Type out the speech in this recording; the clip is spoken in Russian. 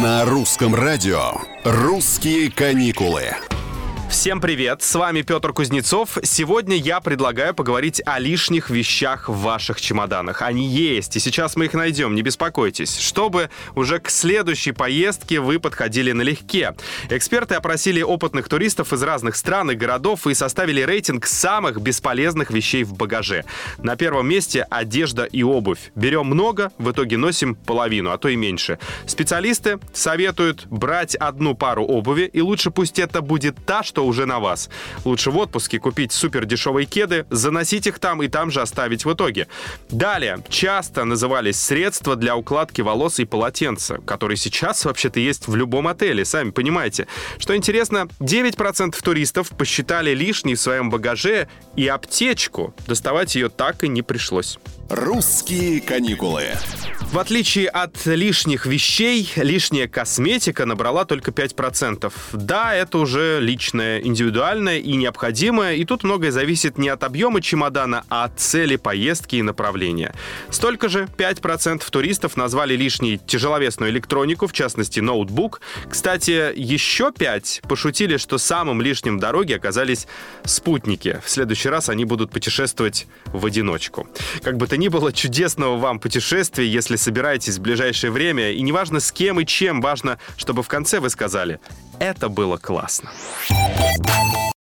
На русском радио «Русские каникулы». Всем привет, с вами Петр Кузнецов. Сегодня я предлагаю поговорить о лишних вещах в ваших чемоданах. Они есть, и сейчас мы их найдем, не беспокойтесь. Чтобы уже к следующей поездке вы подходили налегке. Эксперты опросили опытных туристов из разных стран и городов и составили рейтинг самых бесполезных вещей в багаже. На первом месте одежда и обувь. Берем много, в итоге носим половину, а то и меньше. Специалисты советуют брать одну пару обуви, и лучше пусть это будет та, что уже на вас. Лучше в отпуске купить супер дешевые кеды, заносить их там и там же оставить в итоге. Далее, часто назывались средства для укладки волос и полотенца, которые сейчас вообще-то есть в любом отеле, сами понимаете. Что интересно, 9% туристов посчитали лишней в своем багаже, и аптечку доставать ее так и не пришлось. «Русские каникулы». В отличие от лишних вещей, лишняя косметика набрала только 5%. Да, это уже личное, индивидуальное и необходимое, и тут многое зависит не от объема чемодана, а от цели поездки и направления. Столько же 5% туристов назвали лишней тяжеловесную электронику, в частности ноутбук. Кстати, еще 5% пошутили, что самым лишним в дороге оказались спутники. В следующий раз они будут путешествовать в одиночку. Как бы то ни было, чудесного вам путешествия, если собираетесь в ближайшее время. И неважно с кем и чем, важно, чтобы в конце вы сказали: «Это было классно».